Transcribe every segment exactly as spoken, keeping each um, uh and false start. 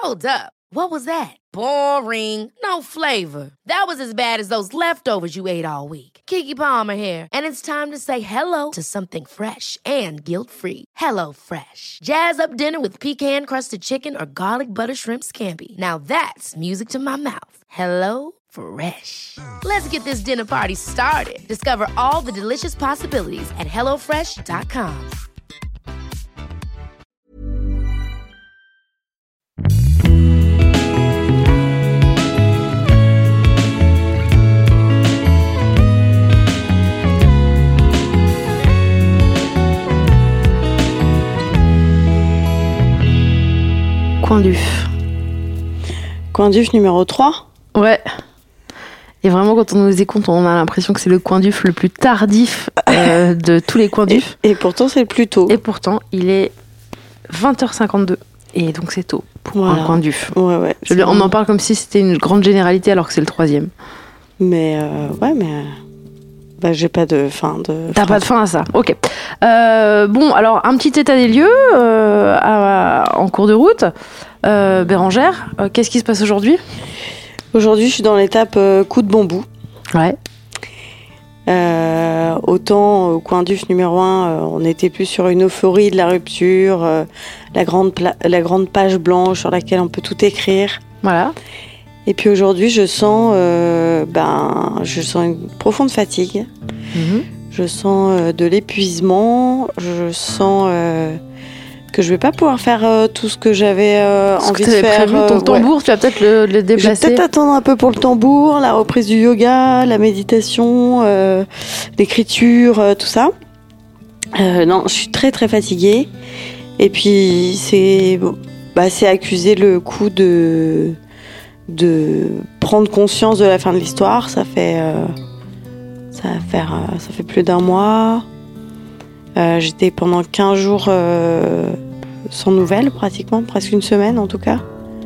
Hold up. What was that? Boring. No flavor. That was as bad as those leftovers you ate all week. Keke Palmer here. And it's time to say hello to something fresh and guilt-free. Hello Fresh. Jazz up dinner with pecan-crusted chicken or garlic butter shrimp scampi. Now that's music to my mouth. Hello Fresh. Let's get this dinner party started. Discover all the delicious possibilities at hello fresh dot com. Coin d'Uf. Coin d'Uf numéro trois. Ouais. Et vraiment, quand on nous écoute, on a l'impression que c'est le coin d'Uf le plus tardif euh, de tous les coins d'Uf. Et, et pourtant, c'est le plus tôt. Et pourtant, il est vingt heures cinquante-deux. Et donc, c'est tôt pour voilà. un coin d'Uf. Ouais, ouais. Je, on en parle comme si c'était une grande généralité alors que c'est le troisième. Mais, euh, ouais, mais... Euh, bah, j'ai pas de fin de... T'as pas de fin à ça, ok. Euh, bon, alors, un petit état des lieux euh, à, en cours de route. Euh, Bérangère, euh, qu'est-ce qui se passe aujourd'hui ? Aujourd'hui, je suis dans l'étape euh, coup de bambou. Ouais. Euh, autant au coin d'Uf numéro un, euh, on était plus sur une euphorie de la rupture, euh, la, grande pla- la grande page blanche sur laquelle on peut tout écrire. Voilà. Et puis aujourd'hui, je sens, euh, ben, je sens une profonde fatigue. Mmh. Je sens euh, de l'épuisement. Je sens euh, que je vais pas pouvoir faire euh, tout ce que j'avais euh, envie que de faire. Prévu, ton euh, tambour, ouais. Tu vas peut-être le, le déplacer. Je vais peut-être attendre un peu pour le tambour, la reprise du yoga, la méditation, euh, l'écriture, euh, tout ça. Euh, non, je suis très très fatiguée. Et puis c'est, bon, bah, c'est accuser le coup de de prendre conscience de la fin de l'histoire. Ça fait euh, ça va faire euh, ça fait plus d'un mois. Euh, j'étais pendant quinze jours euh, sans nouvelles, pratiquement, presque une semaine en tout cas.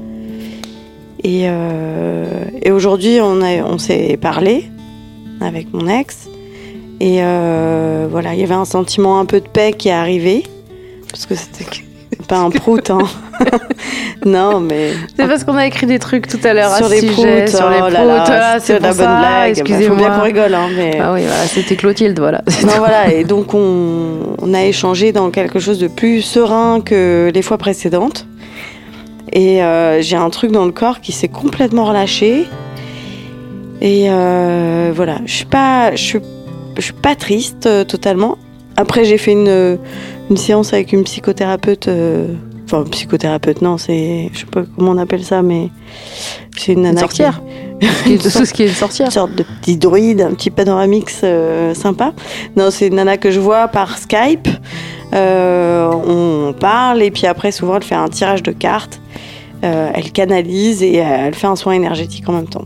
Et, euh, et aujourd'hui, on, a, on s'est parlé avec mon ex. Et euh, voilà, il y avait un sentiment un peu de paix qui est arrivé. Parce que c'était pas un prout, hein. Non, mais... C'est parce qu'on a écrit des trucs tout à l'heure sur à les sujet, proutes, sur les oh proutes, là là, voilà, c'est la pour bonne ça, blague. excusez-moi. Faut bien qu'on rigole, hein, mais... Ah oui, voilà, c'était Clotilde, voilà. Non, voilà, et donc on, on a échangé dans quelque chose de plus serein que les fois précédentes. Et euh, j'ai un truc dans le corps qui s'est complètement relâché. Et euh, voilà, je suis pas, je suis, je suis pas triste euh, totalement. Après, j'ai fait une, une séance avec une psychothérapeute. Euh, enfin, psychothérapeute, non, c'est, je sais pas comment on appelle ça, mais c'est une nana. Une sorcière. Qui... Tout ce qui est une sorcière. Une sorte de petit druide, un petit panoramix euh, sympa. Non, c'est une nana que je vois par Skype. Euh, on parle et puis après, souvent, elle fait un tirage de cartes. Euh, elle canalise et elle fait un soin énergétique en même temps.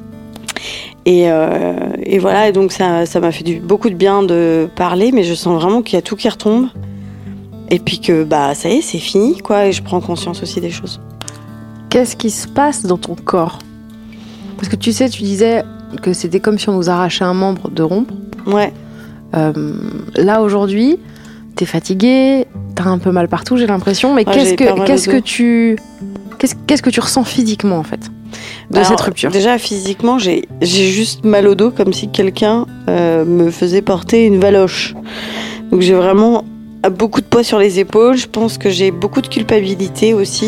Et, euh, et voilà, et donc ça, ça m'a fait du, beaucoup de bien de parler, mais je sens vraiment qu'il y a tout qui retombe. Et puis que bah ça y est, c'est fini, quoi, et je prends conscience aussi des choses. Qu'est-ce qui se passe dans ton corps ? Parce que tu sais, tu disais que c'était comme si on nous arrachait un membre de rompre. Ouais. Euh, là, aujourd'hui, t'es fatiguée, t'as un peu mal partout, j'ai l'impression, mais ouais, qu'est-ce, que, qu'est-ce que tu... Qu'est-ce, qu'est-ce que tu ressens physiquement, en fait, de Alors, cette rupture ? Déjà, physiquement, j'ai, j'ai juste mal au dos, comme si quelqu'un euh, me faisait porter une valoche. Donc, j'ai vraiment beaucoup de poids sur les épaules. Je pense que j'ai beaucoup de culpabilité aussi.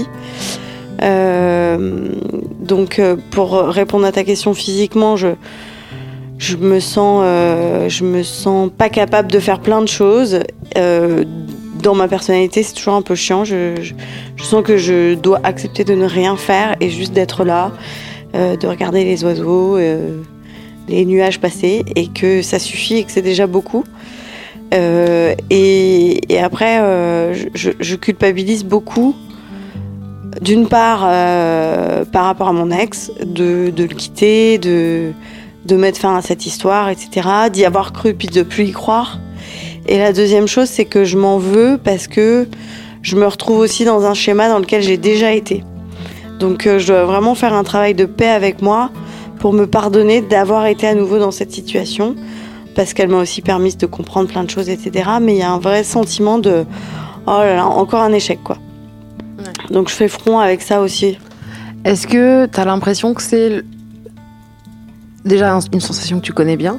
Euh, donc, euh, pour répondre à ta question physiquement, je, je, me sens, euh, je me sens pas capable de faire plein de choses. Euh, Dans ma personnalité, c'est toujours un peu chiant. Je, je, je sens que je dois accepter de ne rien faire et juste d'être là, euh, de regarder les oiseaux, euh, les nuages passer, et que ça suffit et que c'est déjà beaucoup. Euh, et, et après, euh, je, je culpabilise beaucoup. D'une part, euh, par rapport à mon ex, de, de le quitter, de, de mettre fin à cette histoire, et cetera, d'y avoir cru puis de plus y croire. Et la deuxième chose, c'est que je m'en veux parce que je me retrouve aussi dans un schéma dans lequel j'ai déjà été. Donc euh, je dois vraiment faire un travail de paix avec moi pour me pardonner d'avoir été à nouveau dans cette situation, parce qu'elle m'a aussi permis de comprendre plein de choses, et cetera. Mais il y a un vrai sentiment de « oh là là, encore un échec », quoi. Ouais. Donc je fais front avec ça aussi. Est-ce que t'as l'impression que c'est déjà une sensation que tu connais bien ?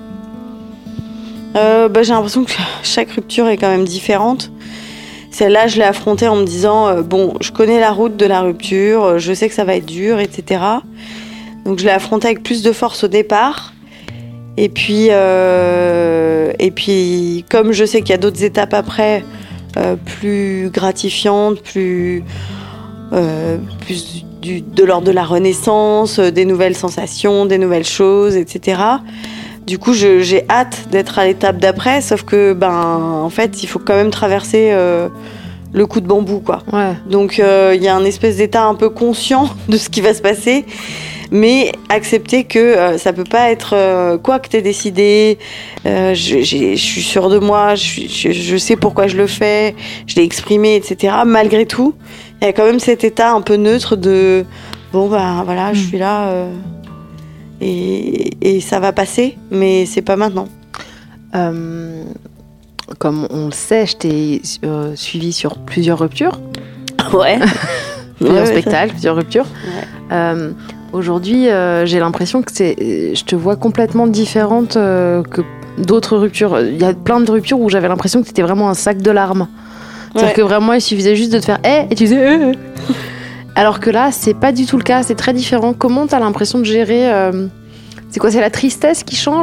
euh, bah, J'ai l'impression que chaque rupture est quand même différente. Celle-là, je l'ai affrontée en me disant euh, bon, je connais la route de la rupture, je sais que ça va être dur, et cetera. Donc je l'ai affrontée avec plus de force au départ. Et puis, euh, et puis comme je sais qu'il y a d'autres étapes après, euh, plus gratifiantes, plus, euh, plus du, de l'ordre de la renaissance, des nouvelles sensations, des nouvelles choses, et cetera. Du coup, je, j'ai hâte d'être à l'étape d'après, sauf que, ben, en fait, il faut quand même traverser euh, le coup de bambou, quoi. Ouais. Donc, il euh, y a un espèce d'état un peu conscient de ce qui va se passer, mais accepter que euh, ça peut pas être euh, quoi que t'aies décidé. Euh, je, j'ai, je suis sûre de moi, je, je, je sais pourquoi je le fais, je l'ai exprimé, et cetera. Malgré tout, il y a quand même cet état un peu neutre de bon, ben voilà, mmh. je suis là. Euh, Et, et ça va passer, mais c'est pas maintenant. Euh, comme on le sait, je t'ai euh, suivi sur plusieurs ruptures. Ouais. plusieurs ouais, spectacles, ça... plusieurs ruptures. Ouais. Euh, aujourd'hui, euh, j'ai l'impression que c'est, je te vois complètement différente euh, que d'autres ruptures. Il y a plein de ruptures où j'avais l'impression que c'était vraiment un sac de larmes. C'est-à-dire ouais. que vraiment, il suffisait juste de te faire hey, et tu disais hey. Alors que là, c'est pas du tout le cas, c'est très différent. Comment t'as l'impression de gérer euh, c'est quoi, c'est la tristesse qui change ?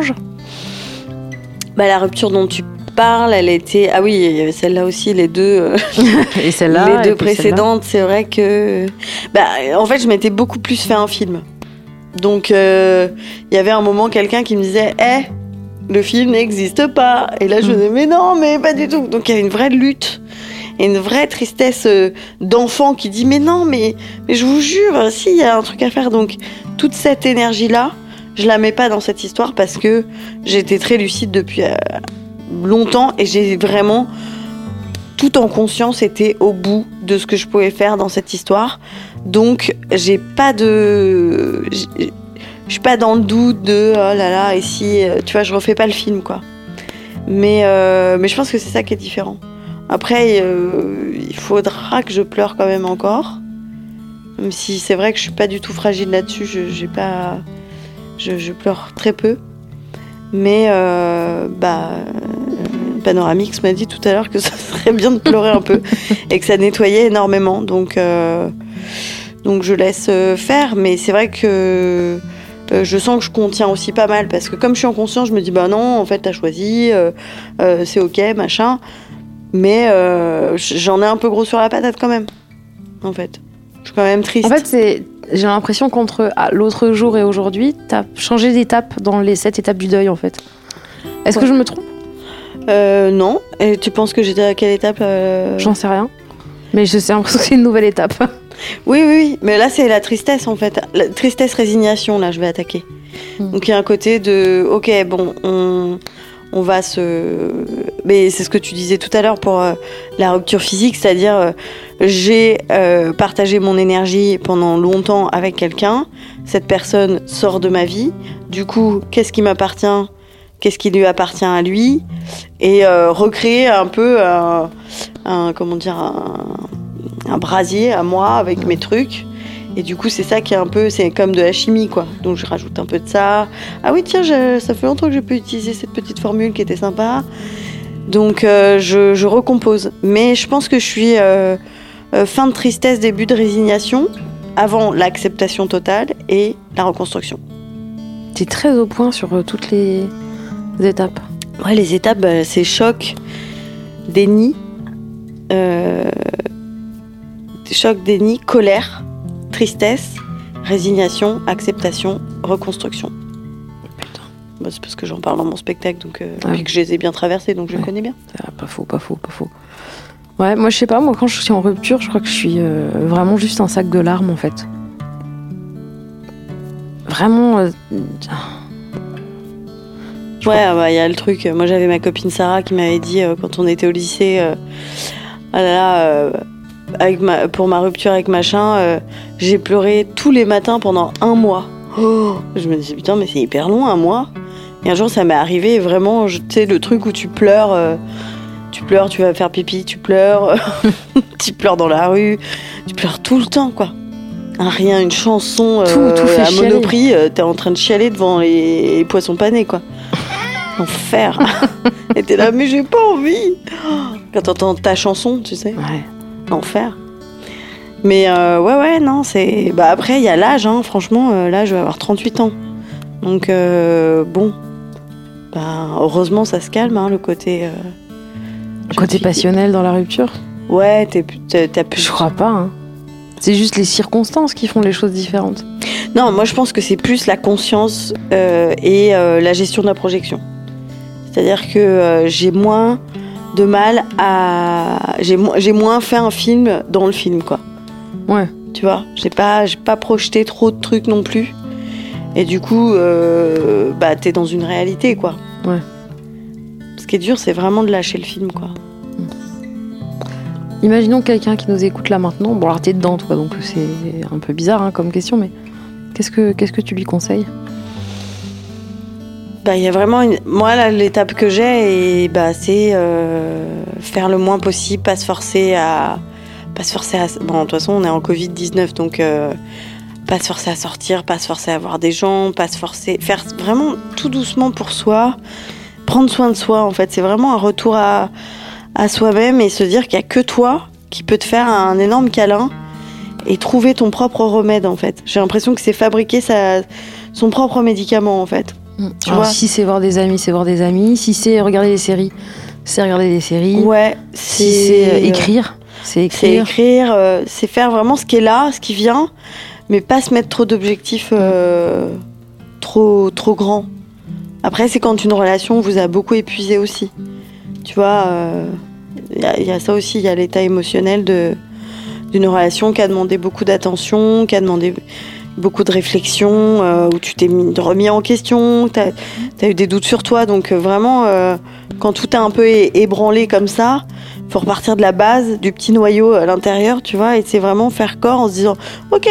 Bah, la rupture dont tu parles, elle était... Ah oui, il y avait celle-là aussi, les deux, euh... et celle-là, les deux précédentes, c'est vrai que... Bah, en fait, je m'étais beaucoup plus fait un film. Donc, il euh, y avait un moment, quelqu'un qui me disait « Eh, le film n'existe pas !» Et là, je me disais « Mais non, mais pas du tout !» Donc, il y avait une vraie lutte. Et une vraie tristesse d'enfant qui dit mais non mais mais je vous jure si il y a un truc à faire. Donc toute cette énergie là je la mets pas dans cette histoire parce que j'étais très lucide depuis euh, longtemps et j'ai vraiment tout en conscience été au bout de ce que je pouvais faire dans cette histoire. Donc j'ai pas de je suis pas dans le doute de oh là là et si tu vois je refais pas le film quoi. Mais euh, mais je pense que c'est ça qui est différent. Après, euh, il faudra que je pleure quand même encore. Même si c'est vrai que je suis pas du tout fragile là-dessus, je, j'ai pas, je, je pleure très peu. Mais euh, bah, Panoramix m'a dit tout à l'heure que ça serait bien de pleurer un peu et que ça nettoyait énormément. Donc, euh, donc je laisse faire. Mais c'est vrai que euh, je sens que je contiens aussi pas mal parce que comme je suis en conscience, je me dis bah non, en fait t'as choisi, euh, euh, c'est ok, machin. Mais euh, j'en ai un peu gros sur la patate quand même, en fait. Je suis quand même triste. En fait, c'est, j'ai l'impression qu'entre ah, l'autre jour et aujourd'hui, t'as changé d'étape dans les sept étapes du deuil, en fait. Est-ce ouais. que je me trompe ? euh, Non. Et tu penses que j'étais à quelle étape euh... J'en sais rien. Mais je sais l'impression que c'est une nouvelle étape. Oui, oui, oui. Mais là, c'est la tristesse, en fait. La tristesse-résignation, là, je vais attaquer. Mmh. Donc, il y a un côté de... Ok, bon, on... On va se... Mais c'est ce que tu disais tout à l'heure pour euh, la rupture physique, c'est-à-dire euh, j'ai euh, partagé mon énergie pendant longtemps avec quelqu'un, cette personne sort de ma vie, du coup, qu'est-ce qui m'appartient ? Qu'est-ce qui lui appartient à lui ? Et euh, recréer un peu un, un comment dire, un, un brasier à moi avec mes trucs. Et du coup, c'est ça qui est un peu, c'est comme de la chimie, quoi. Donc, je rajoute un peu de ça. Ah oui, tiens, je, ça fait longtemps que je peux utiliser cette petite formule qui était sympa. Donc, euh, je, je recompose. Mais je pense que je suis euh, euh, fin de tristesse, début de résignation, avant l'acceptation totale et la reconstruction. Tu es très au point sur euh, toutes les étapes. Ouais, les étapes, bah, c'est choc, déni, euh, choc, déni, colère, tristesse, résignation, acceptation, reconstruction. Putain. Bah, c'est parce que j'en parle dans mon spectacle, donc euh, ah, et que je les ai bien traversés, donc je ouais. connais bien. Ah, pas faux, pas faux, pas faux. Ouais, moi je sais pas, moi quand je suis en rupture, je crois que je suis euh, vraiment juste un sac de larmes en fait. Vraiment. Euh... Ouais, il bah, y a le truc. Moi j'avais ma copine Sarah qui m'avait dit euh, quand on était au lycée, euh, ah là là. Euh, Avec ma, pour ma rupture avec machin, euh, j'ai pleuré tous les matins pendant un mois. Oh, je me dis putain mais c'est hyper long un mois. Et un jour ça m'est arrivé vraiment, tu sais le truc où tu pleures, euh, tu pleures, tu vas faire pipi, tu pleures, tu pleures dans la rue, tu pleures tout le temps quoi. Un rien, une chanson tout, euh, tout fait à chialer. Monoprix, euh, t'es en train de chialer devant les, les poissons panés, quoi. L'enfer. Et t'es là, mais j'ai pas envie. Quand t'entends ta chanson, tu sais. Ouais. L'enfer. Mais euh, ouais, ouais, non, c'est... Bah après, il y a l'âge, hein. Franchement, euh, là, je vais avoir trente-huit ans. Donc, euh, bon. Bah, heureusement, ça se calme, hein, le côté... Euh, Côté passionnel dans la rupture ? Ouais, t'es, t'es, t'as plus... Je crois pas, hein. C'est juste les circonstances qui font les choses différentes. Non, moi je pense que c'est plus la conscience euh, et euh, la gestion de la projection. C'est-à-dire que euh, j'ai moins de mal à... J'ai, mo- j'ai moins fait un film dans le film, quoi. Ouais. Tu vois, j'ai pas, j'ai pas projeté trop de trucs non plus. Et du coup, euh, bah t'es dans une réalité, quoi. Ouais. Ce qui est dur, c'est vraiment de lâcher le film, quoi. Imaginons quelqu'un qui nous écoute là maintenant. Bon, alors t'es dedans, toi, donc c'est un peu bizarre hein, comme question, mais qu'est-ce que, qu'est-ce que tu lui conseilles ? Bah, il y a vraiment une... Moi, là, l'étape que j'ai, et, bah, c'est euh, faire le moins possible, pas se forcer à... Pas se forcer à... Bon, de toute façon, on est en covid dix-neuf, donc euh, pas se forcer à sortir, pas se forcer à voir des gens, pas se forcer... Faire vraiment tout doucement pour soi, prendre soin de soi, en fait. C'est vraiment un retour à... à soi-même et se dire qu'il n'y a que toi qui peut te faire un énorme câlin et trouver ton propre remède, en fait. J'ai l'impression que c'est fabriquer sa... son propre médicament, en fait. Tu Alors, vois, si c'est voir des amis, c'est voir des amis. Si c'est regarder des séries, c'est regarder des séries. ouais, Si c'est euh, écrire, c'est c'est écrire. écrire, euh, c'est faire vraiment ce qui est là, ce qui vient, mais pas se mettre trop d'objectifs euh, trop, trop grands. Après, c'est quand une relation vous a beaucoup épuisé aussi. Tu vois, il euh, y, y a ça aussi, il y a l'état émotionnel de, d'une relation qui a demandé beaucoup d'attention, qui a demandé beaucoup de réflexion, euh, où tu t'es mis, remis en question, t'as, t'as eu des doutes sur toi. Donc euh, vraiment, euh, quand tout est un peu é- ébranlé comme ça, faut repartir de la base, du petit noyau à l'intérieur, tu vois, et c'est vraiment faire corps en se disant « Ok,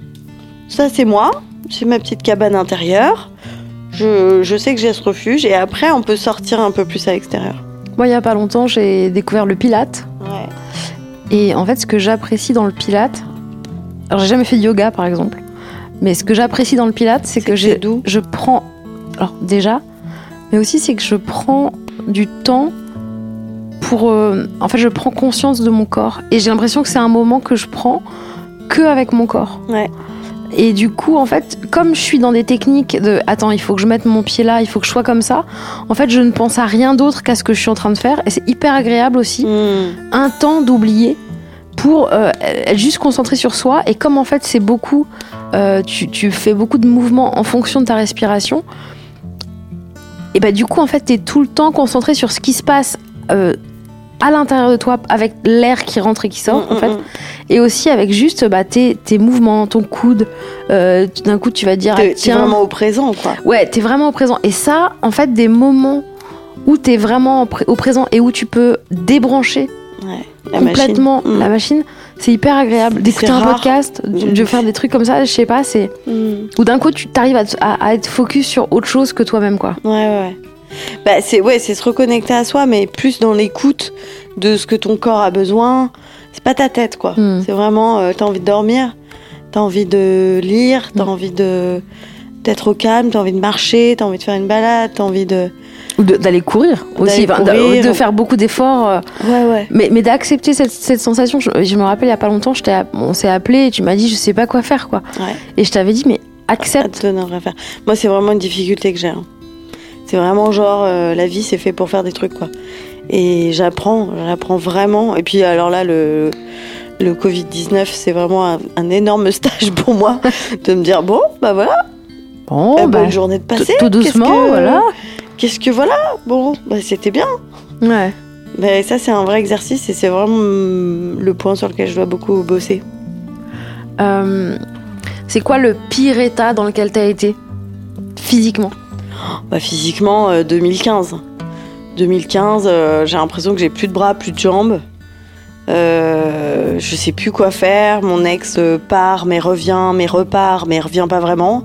ça c'est moi, c'est ma petite cabane intérieure, je, je sais que j'ai ce refuge, et après on peut sortir un peu plus à l'extérieur. » Moi, il y a pas longtemps, j'ai découvert le Pilate. Ouais. Et en fait, ce que j'apprécie dans le Pilate... Alors, j'ai jamais fait de yoga, par exemple. Mais ce que j'apprécie dans le Pilate, c'est, C'est que que j'ai, c'est doux. je prends... Alors, déjà, mais aussi, c'est que je prends du temps pour... euh, en fait, je prends conscience de mon corps. Et j'ai l'impression que c'est un moment que je prends que avec mon corps. Ouais. Et du coup, en fait, comme je suis dans des techniques de « Attends, il faut que je mette mon pied là, il faut que je sois comme ça », en fait, je ne pense à rien d'autre qu'à ce que je suis en train de faire. Et c'est hyper agréable aussi, Mmh. un temps d'oublier pour euh, être juste concentré sur soi. Et comme en fait, c'est beaucoup... Euh, tu, tu fais beaucoup de mouvements en fonction de ta respiration, et bah du coup, en fait, t'es tout le temps concentré sur ce qui se passe euh, à l'intérieur de toi, avec l'air qui rentre et qui sort, Mmh, en fait. mmh. Et aussi avec juste bah, tes, tes mouvements, ton coude. Euh, d'un coup, tu vas dire, T'es, ah, t'es tiens, vraiment au présent, quoi. ouais, t'es vraiment au présent. Et ça, en fait, des moments où t'es vraiment au pré- au présent et où tu peux débrancher Ouais. La complètement machine. Mmh. la machine, c'est hyper agréable. D'écouter C'est un rare. podcast, de, Mmh. de faire des trucs comme ça, je sais pas, c'est... Mmh. Ou d'un coup, tu t'arrives à, te- à, à être focus sur autre chose que toi-même, quoi. Ouais, ouais, ouais. Bah, c'est, ouais, c'est se reconnecter à soi, mais plus dans l'écoute de ce que ton corps a besoin. C'est pas ta tête, quoi. Mm. C'est vraiment, euh, t'as envie de dormir, t'as envie de lire, t'as Mm. envie de, d'être au calme, t'as envie de marcher, t'as envie de faire une balade, t'as envie de... Ou de- d'aller courir aussi, D'aller enfin, de- courir. de faire beaucoup d'efforts. euh, Ouais, ouais. Mais, mais d'accepter cette, cette sensation. Je, je me rappelle, il y a pas longtemps, je t'ai, app- on s'est appelé et tu m'as dit, je sais pas quoi faire, quoi. Ouais. Et je t'avais dit, mais Ça accepte. te donne un vrai faire. Moi, c'est vraiment une difficulté que j'ai. hein. C'est vraiment genre, euh, la vie, c'est fait pour faire des trucs, quoi. Et j'apprends, j'apprends vraiment. Et puis, alors là, le, le covid dix-neuf, c'est vraiment un, un énorme stage pour moi de me dire, bon, bah voilà, Bon, euh, bah, bonne journée de tout, passer. tout doucement, Qu'est-ce que, voilà. Qu'est-ce que voilà Bon, bah c'était bien. Ouais. Mais ça, c'est un vrai exercice et c'est vraiment hum, le point sur lequel je dois beaucoup bosser. Euh, c'est quoi le pire état dans lequel t'as été physiquement? Bah, physiquement, euh, deux mille quinze. deux mille quinze, euh, j'ai l'impression que j'ai plus de bras, plus de jambes. Euh, je sais plus quoi faire. Mon ex euh, part, mais revient, mais repart, mais revient pas vraiment.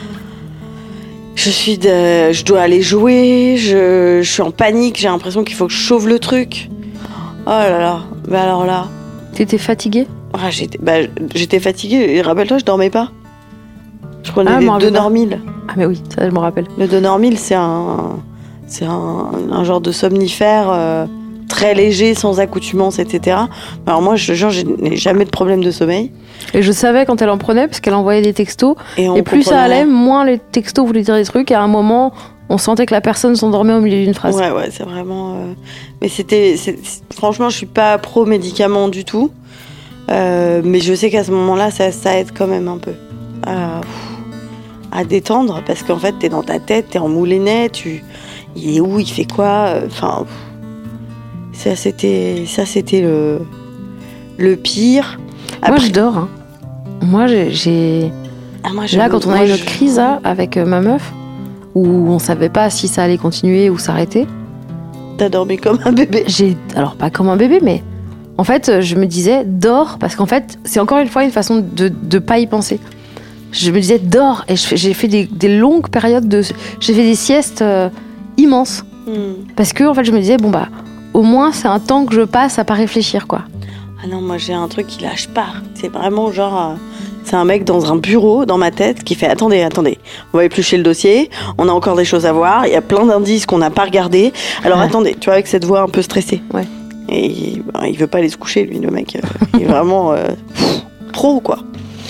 Je suis de... je dois aller jouer. Je... je suis en panique. J'ai l'impression qu'il faut que je sauve le truc. Oh là là. Mais alors là, T'étais fatiguée? Ah, j'étais, bah, j'étais fatiguée. Et rappelle-toi, je dormais pas. Je prenais ah, des Donormil. Ah mais oui, ça je me rappelle. Le Donormil, c'est un, c'est un, un genre de somnifère euh, très léger, sans accoutumance, et cetera. Alors moi, je, genre, je n'ai jamais de problème de sommeil. Et je savais quand elle en prenait, parce qu'elle envoyait des textos. Et, et plus ça allait, moins les textos voulaient dire des trucs. Et à un moment, on sentait que la personne s'endormait au milieu d'une phrase. Ouais, ouais, c'est vraiment... Euh... Mais c'était... C'est... Franchement, je suis pas pro-médicament du tout. Euh, mais je sais qu'à ce moment-là, ça, ça aide quand même un peu à, à détendre. Parce qu'en fait, t'es dans ta tête, t'es en moulinet, tu... Il est où, il fait quoi. Enfin... Ça, c'était... Ça, c'était le... Le pire. Après... Moi, je dors. Hein. Moi, j'ai... j'ai... Ah, moi, là, quand on a eu notre je... crise là, avec euh, ma meuf, où on savait pas si ça allait continuer ou s'arrêter. T'as dormi comme un bébé. J'ai... Alors, pas comme un bébé, mais... En fait, je me disais, dors, parce qu'en fait, c'est encore une fois une façon de ne pas y penser. Je me disais, dors, et je, j'ai fait des, des longues périodes de... J'ai fait des siestes euh, immenses. Mm. Parce que, en fait, je me disais, bon, bah, au moins, c'est un temps que je passe à pas réfléchir, quoi. Ah non, moi, j'ai un truc qui lâche pas. C'est vraiment genre... Euh, c'est un mec dans un bureau, dans ma tête, qui fait, attendez, attendez, on va éplucher le dossier, on a encore des choses à voir, il y a plein d'indices qu'on n'a pas regardés. Alors, ouais. Attendez, tu vois, avec cette voix un peu stressée. Ouais. Et il, ben, il veut pas aller se coucher, lui, le mec. Euh, il est vraiment euh, pff, pro, quoi.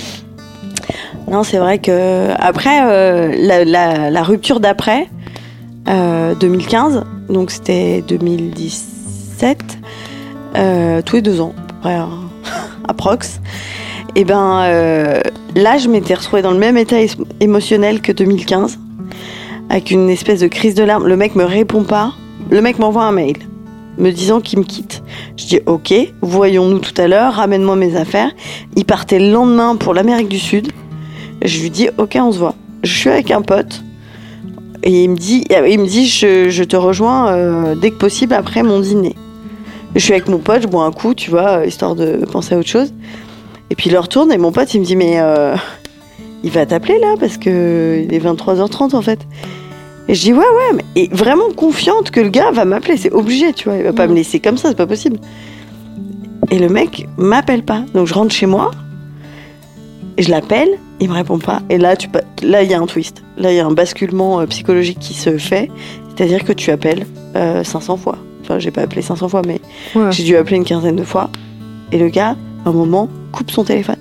Non, c'est vrai que après euh, la, la, la rupture d'après, euh, deux mille quinze, donc c'était deux mille dix-sept, euh, tous les deux ans, à peu près, hein, approx. Et ben euh, là, je m'étais retrouvée dans le même état é- émotionnel que deux mille quinze, avec une espèce de crise de larmes. Le mec me répond pas. Le mec m'envoie un mail me disant qu'il me quitte. Je dis ok, voyons-nous tout à l'heure, ramène-moi mes affaires. Il partait le lendemain pour l'Amérique du Sud. Je lui dis ok, on se voit. Je suis avec un pote et il me dit, il me dit je, je te rejoins euh, dès que possible après mon dîner. Je suis avec mon pote, je bois un coup, tu vois, histoire de penser à autre chose. Et puis il retourne et mon pote il me dit mais euh, il va t'appeler là parce que il est vingt-trois heures trente en fait. Et je dis ouais ouais mais et vraiment confiante que le gars va m'appeler, c'est obligé, tu vois, il va pas mmh. me laisser comme ça, c'est pas possible. Et le mec m'appelle pas, donc je rentre chez moi et je l'appelle, il me répond pas et là tu là il y a un twist, là il y a un basculement euh, psychologique qui se fait, c'est-à-dire que tu appelles euh, cinq cents fois, enfin j'ai pas appelé cinq cents fois mais ouais. J'ai dû appeler une quinzaine de fois et le gars à un moment coupe son téléphone.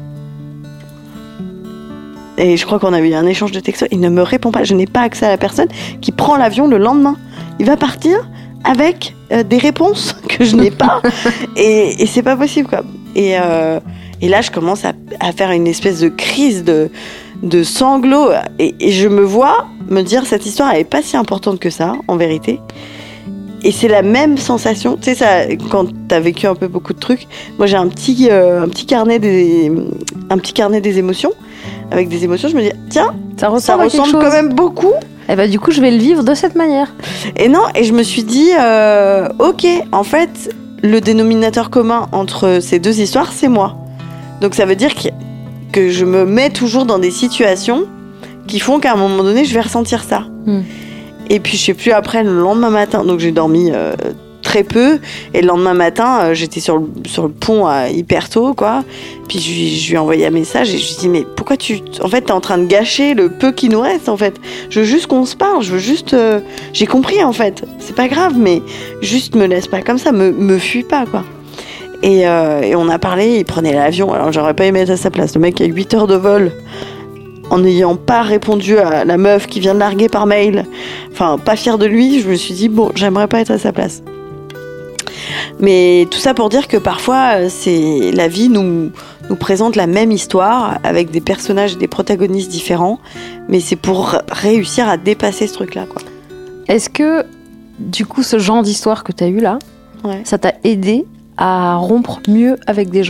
Et je crois qu'on a eu un échange de textos. Il ne me répond pas. Je n'ai pas accès à la personne qui prend l'avion le lendemain. Il va partir avec euh, des réponses que je n'ai pas. et, et c'est pas possible, quoi. Et, euh, et là, je commence à, à faire une espèce de crise de, de sanglots. Et, et je me vois me dire, cette histoire, elle n'est pas si importante que ça, en vérité. Et c'est la même sensation. Tu sais, ça, quand t'as vécu un peu beaucoup de trucs. Moi, j'ai un petit, euh, un petit carnet des, un petit carnet des émotions. Avec des émotions, je me dis, tiens, ça ressemble, ça ressemble quand même beaucoup. Et bah du coup, je vais le vivre de cette manière. Et non, et je me suis dit, euh, ok, en fait, le dénominateur commun entre ces deux histoires, c'est moi. Donc ça veut dire que, que je me mets toujours dans des situations qui font qu'à un moment donné, je vais ressentir ça. Mm. Et puis, je sais plus, après, le lendemain matin, donc j'ai dormi euh, très peu. Et le lendemain matin, euh, j'étais sur le, sur le pont à hyper tôt, quoi. Puis je lui, je lui ai envoyé un message et je lui ai dit, mais pourquoi tu... En fait, t'es en train de gâcher le peu qui nous reste, en fait. Je veux juste qu'on se parle, je veux juste... Euh... J'ai compris, en fait. C'est pas grave, mais juste me laisse pas comme ça, me, me fuis pas, quoi. Et, euh, et on a parlé, il prenait l'avion. Alors, j'aurais pas aimé être à sa place. Le mec a huit heures de vol en n'ayant pas répondu à la meuf qui vient de larguer par mail. Enfin, pas fière de lui, je me suis dit, bon, j'aimerais pas être à sa place. Mais tout ça pour dire que parfois, c'est la vie nous, nous présente la même histoire avec des personnages et des protagonistes différents, mais c'est pour réussir à dépasser ce truc-là, quoi. Est-ce que, du coup, ce genre d'histoire que tu as eu là, ouais. ça t'a aidé à rompre mieux avec des gens ?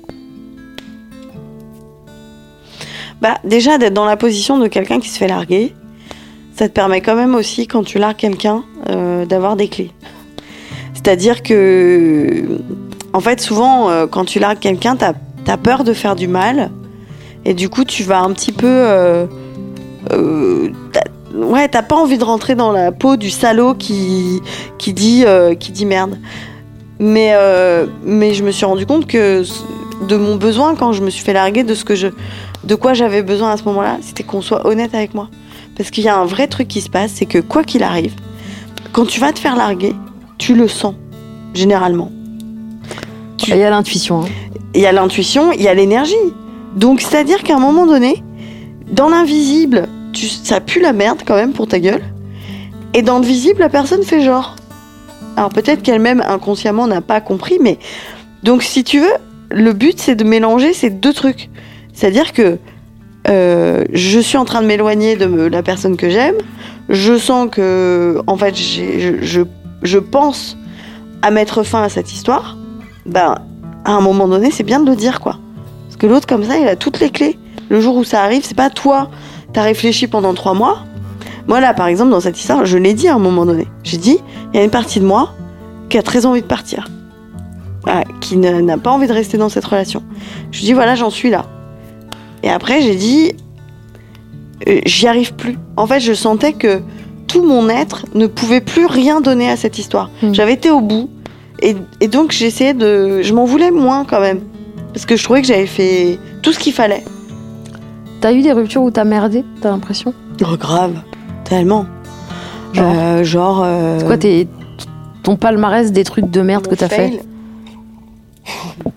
Bah, déjà, d'être dans la position de quelqu'un qui se fait larguer, ça te permet quand même aussi, quand tu largues quelqu'un, euh, d'avoir des clés. C'est-à-dire que, en fait, souvent, euh, quand tu largues quelqu'un, t'as, t'as peur de faire du mal. Et du coup, tu vas un petit peu... Euh, euh, t'as, ouais, t'as pas envie de rentrer dans la peau du salaud qui, qui, dit, euh, qui dit merde. Mais, euh, mais je me suis rendu compte que de mon besoin, quand je me suis fait larguer, de, ce que je, de quoi j'avais besoin à ce moment-là, c'était qu'on soit honnête avec moi. Parce qu'il y a un vrai truc qui se passe, c'est que quoi qu'il arrive, quand tu vas te faire larguer, tu le sens, généralement. Tu... Il y a l'intuition. Hein. Il y a l'intuition, il y a l'énergie. Donc, c'est-à-dire qu'à un moment donné, dans l'invisible, tu, ça pue la merde quand même pour ta gueule. Et dans le visible, la personne fait genre. Alors peut-être qu'elle-même, inconsciemment, n'a pas compris, mais... Donc, si tu veux, le but, c'est de mélanger ces deux trucs. C'est-à-dire que euh, je suis en train de m'éloigner de la personne que j'aime. Je sens que, en fait, j'ai, je, je, je pense à mettre fin à cette histoire. Ben, à un moment donné, c'est bien de le dire, quoi. Parce que l'autre, comme ça, il a toutes les clés. Le jour où ça arrive, c'est pas toi, t'as réfléchi pendant trois mois. Moi, là, par exemple, dans cette histoire, je l'ai dit à un moment donné. J'ai dit, il y a une partie de moi qui a très envie de partir. Voilà, qui ne, n'a pas envie de rester dans cette relation. Je dis, voilà, j'en suis là. Et après, j'ai dit, euh, j'y arrive plus. En fait, je sentais que tout mon être ne pouvait plus rien donner à cette histoire. Mmh. J'avais été au bout. Et, et donc, j'essayais de... Je m'en voulais moins, quand même. Parce que je trouvais que j'avais fait tout ce qu'il fallait. T'as eu des ruptures où t'as merdé, t'as l'impression ? Oh, grave. Tellement. Genre, euh, genre euh... c'est quoi tes, ton palmarès des trucs de merde Mon que t'as fail. fait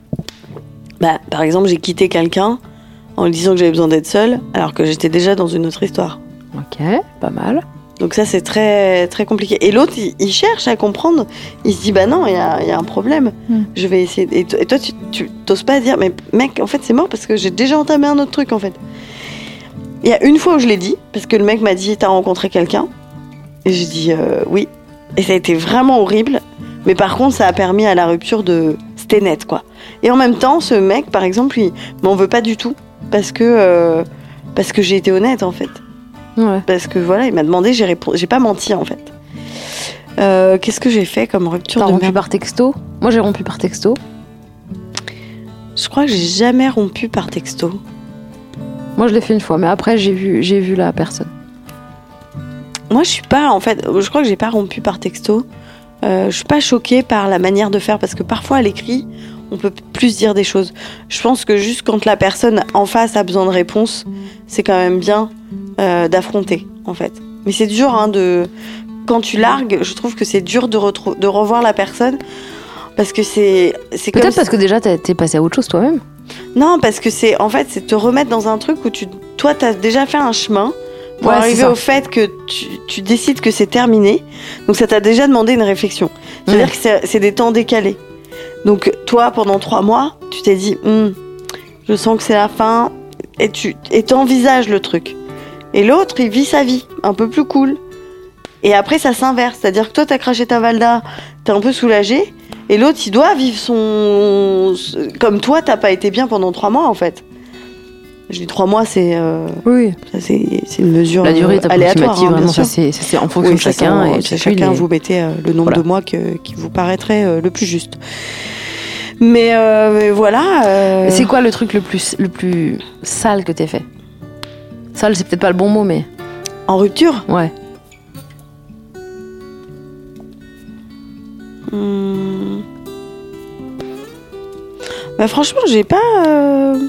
Bah, par exemple, j'ai quitté quelqu'un en lui disant que j'avais besoin d'être seule, alors que j'étais déjà dans une autre histoire. Ok, pas mal. Donc ça, c'est très, très compliqué. Et l'autre, il, il cherche à comprendre. Il se dit, bah non, il y a, y a un problème. Mm. Je vais essayer... Et, t- et toi, tu, tu t'oses pas dire, mais mec, en fait, c'est mort parce que j'ai déjà entamé un autre truc, en fait. Il y a une fois où je l'ai dit, parce que le mec m'a dit, t'as rencontré quelqu'un ? Et j'ai dit, euh, oui. Et ça a été vraiment horrible. Mais par contre, ça a permis à la rupture de... C'était net, quoi. Et en même temps, ce mec, par exemple, il m'en veut pas du tout. Parce que, euh, parce que j'ai été honnête, en fait. Ouais. Parce que voilà, il m'a demandé, j'ai, répondu, j'ai pas menti, en fait. Euh, qu'est-ce que j'ai fait comme rupture T'as de rompu merde ? par texto ? Moi, j'ai rompu par texto. Je crois que j'ai jamais rompu par texto. Moi, je l'ai fait une fois, mais après, j'ai vu, j'ai vu la personne. Moi, je suis pas, en fait, je crois que j'ai pas rompu par texto. Euh, je suis pas choquée par la manière de faire, parce que parfois, à l'écrit, on peut plus dire des choses. Je pense que juste quand la personne en face a besoin de réponse, c'est quand même bien euh, d'affronter, en fait. Mais c'est dur, hein, de... Quand tu largues, je trouve que c'est dur de, retro... de revoir la personne, parce que c'est... c'est Peut-être comme parce que déjà, t'es, t'es passé à autre chose toi-même. Non, parce que c'est, en fait, c'est te remettre dans un truc où tu, toi, t'as déjà fait un chemin pour ouais, arriver au fait que tu, tu décides que c'est terminé. Donc, ça t'a déjà demandé une réflexion. C'est-à-dire ouais. que c'est, c'est des temps décalés. Donc, toi, pendant trois mois, tu t'es dit, hm, je sens que c'est la fin, et tu et t'envisages le truc. Et l'autre, il vit sa vie, un peu plus cool. Et après, ça s'inverse. C'est-à-dire que toi, t'as craché ta Valda, t'es un peu soulagé. Et l'autre, il doit vivre son... Comme toi, t'as pas été bien pendant trois mois, en fait. Je dis trois mois, c'est... Euh... Oui. Ça, c'est, c'est une mesure la durée est aléatoire, hein, vraiment, ça, c'est, ça, c'est en fonction oui, de chacun. Ça, et ça, chacun, les... vous mettez euh, le nombre voilà. de mois que, qui vous paraîtrait euh, le plus juste. Mais, euh, mais voilà... Euh... C'est quoi le truc le plus, le plus sale que t'aies fait ? Sale, c'est peut-être pas le bon mot, mais... En rupture ? Ouais. Hum... Bah franchement, j'ai pas... Euh...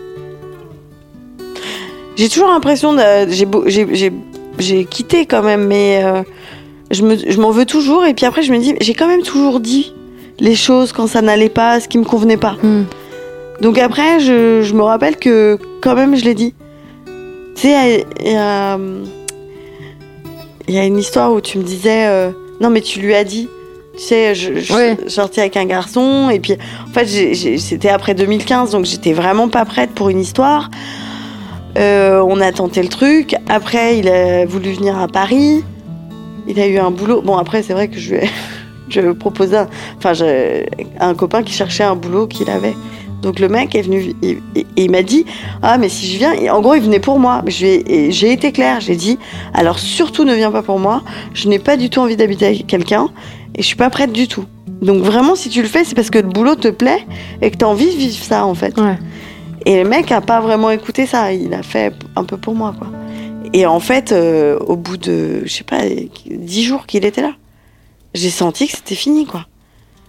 J'ai toujours l'impression de... J'ai, beau... j'ai, j'ai... j'ai quitté quand même, mais euh... je, me... je m'en veux toujours. Et puis après, je me dis, j'ai quand même toujours dit les choses quand ça n'allait pas, ce qui me convenait pas. Mm. Donc après, je... je me rappelle que quand même, je l'ai dit. Tu sais, il y a... Il y a une histoire où tu me disais... Euh... Non, mais tu lui as dit... Tu sais, je, je ouais. sortais avec un garçon, et puis, en fait, j'ai, j'ai, c'était après deux mille quinze, donc j'étais vraiment pas prête pour une histoire. Euh, on a tenté le truc. Après, il a voulu venir à Paris. Il a eu un boulot. Bon, après, c'est vrai que je lui ai, je lui ai proposé un, enfin, j'ai un copain qui cherchait un boulot qu'il avait. Donc, le mec est venu, et, et, et il m'a dit, ah, mais si je viens, et en gros, il venait pour moi. Mais je lui ai, et j'ai été claire, j'ai dit, alors surtout ne viens pas pour moi. Je n'ai pas du tout envie d'habiter avec quelqu'un. Et je suis pas prête du tout. Donc vraiment, si tu le fais, c'est parce que le boulot te plaît et que t'as envie de vivre ça, en fait. Ouais. Et le mec a pas vraiment écouté ça. Il a fait un peu pour moi, quoi. Et en fait, euh, au bout de, je sais pas, dix jours qu'il était là, j'ai senti que c'était fini, quoi.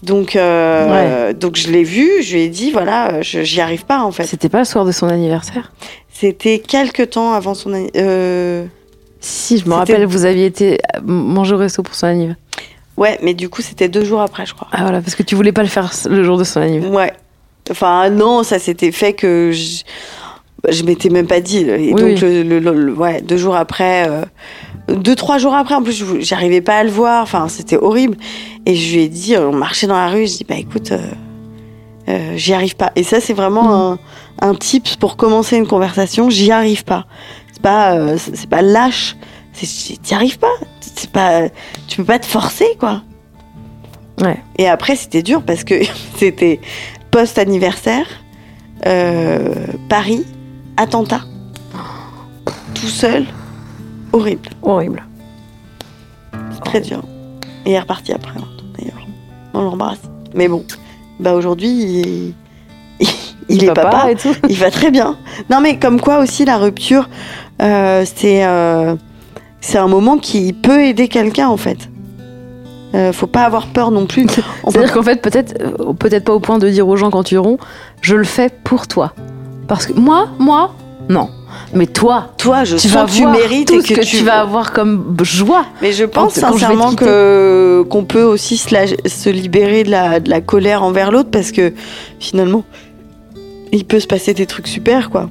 Donc, euh, ouais. donc je l'ai vu, je lui ai dit, voilà, je, j'y arrive pas, en fait. C'était pas le soir de son anniversaire ? C'était quelques temps avant son anniversaire. Euh... Si, je me c'était... rappelle, vous aviez été manger au resto pour son anniversaire. Ouais, mais du coup, c'était deux jours après, je crois. Ah voilà, parce que tu voulais pas le faire le jour de son anniversaire. Ouais. Enfin, non, ça s'était fait que je, je m'étais même pas dit. Et oui, donc, oui. Le, le, le, le, ouais, deux jours après, euh, deux, trois jours après, en plus, j'arrivais pas à le voir. Enfin, c'était horrible. Et je lui ai dit, on marchait dans la rue, je dis, bah écoute, euh, euh, j'y arrive pas. Et ça, c'est vraiment mmh. un, un tips pour commencer une conversation, j'y arrive pas. C'est pas, euh, c'est pas lâche, c'est, t'y arrives pas. C'est pas, tu peux pas te forcer, quoi. Ouais. Et après, c'était dur parce que c'était post-anniversaire, euh, Paris, attentat, tout seul, horrible. Horrible. C'est très dur. Et il est reparti après, d'ailleurs. On l'embrasse. Mais bon, bah aujourd'hui, il, il, il est papa, papa et tout. Il va très bien. Non, mais comme quoi aussi, la rupture, euh, c'est, euh, c'est un moment qui peut aider quelqu'un, en fait. Euh, faut pas avoir peur non plus. On C'est-à-dire peut... qu'en fait, peut-être, euh, peut-être pas au point de dire aux gens quand tu romps, je le fais pour toi. Parce que moi, moi, non. Mais toi, toi, je tu sens vas que tu mérites tout et ce que, que tu tu vas avoir comme joie. Mais je pense quand, sincèrement quand que qu'on peut aussi se, la... se libérer de la... de la colère envers l'autre parce que finalement, il peut se passer des trucs super, quoi.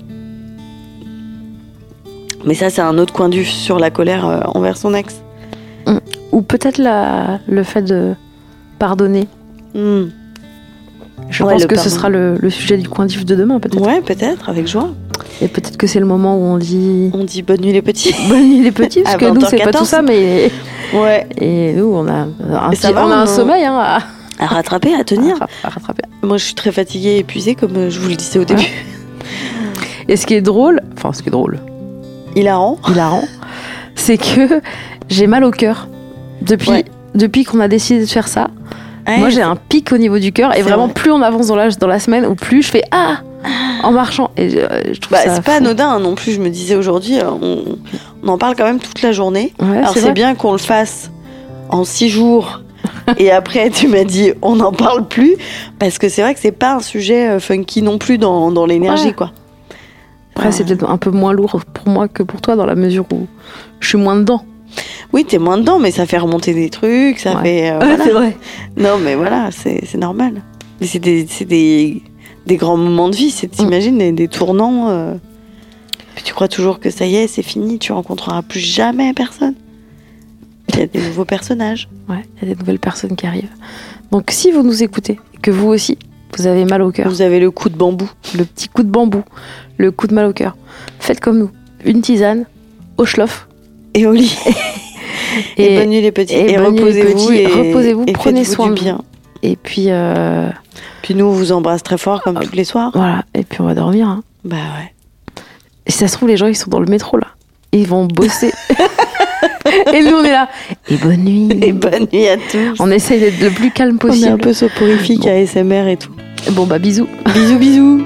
Mais ça, c'est un autre coin de vue sur la colère euh, envers son ex. Mmh. Ou peut-être la... le fait de pardonner. Mmh. Je ouais, pense que pardon. ce sera le, le sujet du coin de vue de demain, peut-être. Ouais, peut-être, avec joie. Et peut-être que c'est le moment où on dit... On dit bonne nuit les petits. Bonne nuit les petits, parce que nous, c'est pas tout ça, mais... Ouais. Et nous, on a un, petit... va, on a un on... sommeil hein, à... à rattraper, à tenir. À rattraper. Moi, je suis très fatiguée et épuisée, comme je vous le disais au début. Ouais. Et ce qui est drôle... Enfin, ce qui est drôle... Hilarant. Hilarant, c'est que j'ai mal au cœur. Depuis, ouais. depuis qu'on a décidé de faire ça, ouais, moi, j'ai un pic au niveau du cœur. Et vraiment, vrai. plus on avance dans la, dans la semaine, ou plus je fais « Ah !» en marchant. Et je, je trouve bah, ça c'est pas anodin hein, non plus, je me disais aujourd'hui, on, on en parle quand même toute la journée. Ouais, Alors, c'est, c'est bien qu'on le fasse en six jours. Et après, tu m'as dit, on n'en parle plus. Parce que c'est vrai que c'est pas un sujet funky non plus dans, dans l'énergie, ouais. quoi. Après, euh... c'est peut-être un peu moins lourd pour moi que pour toi, dans la mesure où je suis moins dedans. Oui, t'es moins dedans, mais ça fait remonter des trucs, ça ouais. fait... Euh, ouais, voilà. c'est vrai. Non, mais voilà, c'est, c'est normal. Mais c'est des, c'est des, des grands moments de vie, c'est, t'imagines, mm. des, des tournants. Euh... Puis tu crois toujours que ça y est, c'est fini, tu rencontreras plus jamais personne. Il y a des nouveaux personnages. Ouais, il y a des nouvelles personnes qui arrivent. Donc si vous nous écoutez, que vous aussi, vous avez mal au cœur. Vous avez le coup de bambou. Le petit coup de bambou, le coup de mal au cœur. Faites comme nous, une tisane, au schloff. Et au lit. et, et bonne nuit les petits. Et, et reposez-vous. Et, et reposez-vous, et prenez soin du de bien. Et puis... Euh... Puis nous, on vous embrasse très fort, comme euh, tous les soirs. Voilà, et puis on va dormir. Hein. Bah ouais. Et si ça se trouve, les gens, ils sont dans le métro, là. Ils vont bosser. Et nous, on est là. Et bonne nuit. Et bonne nuit à tous. On essaye d'être le plus calme possible. On est un peu soporifique, bon. A S M R et tout. Bon, bah bisous. Bisous, bisous.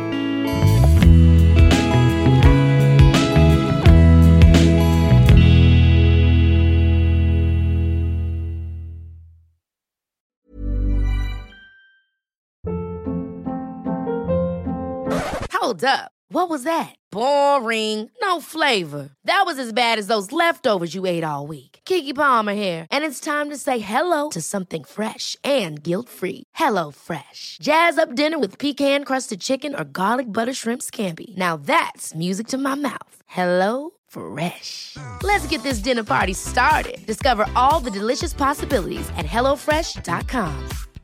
Hold up. What was that? Boring. No flavor. That was as bad as those leftovers you ate all week. Keke Palmer here, and it's time to say hello to something fresh and guilt-free. Hello Fresh. Jazz up dinner with pecan-crusted chicken or garlic butter shrimp scampi. Now that's music to my mouth. Hello Fresh. Let's get this dinner party started. Discover all the delicious possibilities at hello fresh dot com.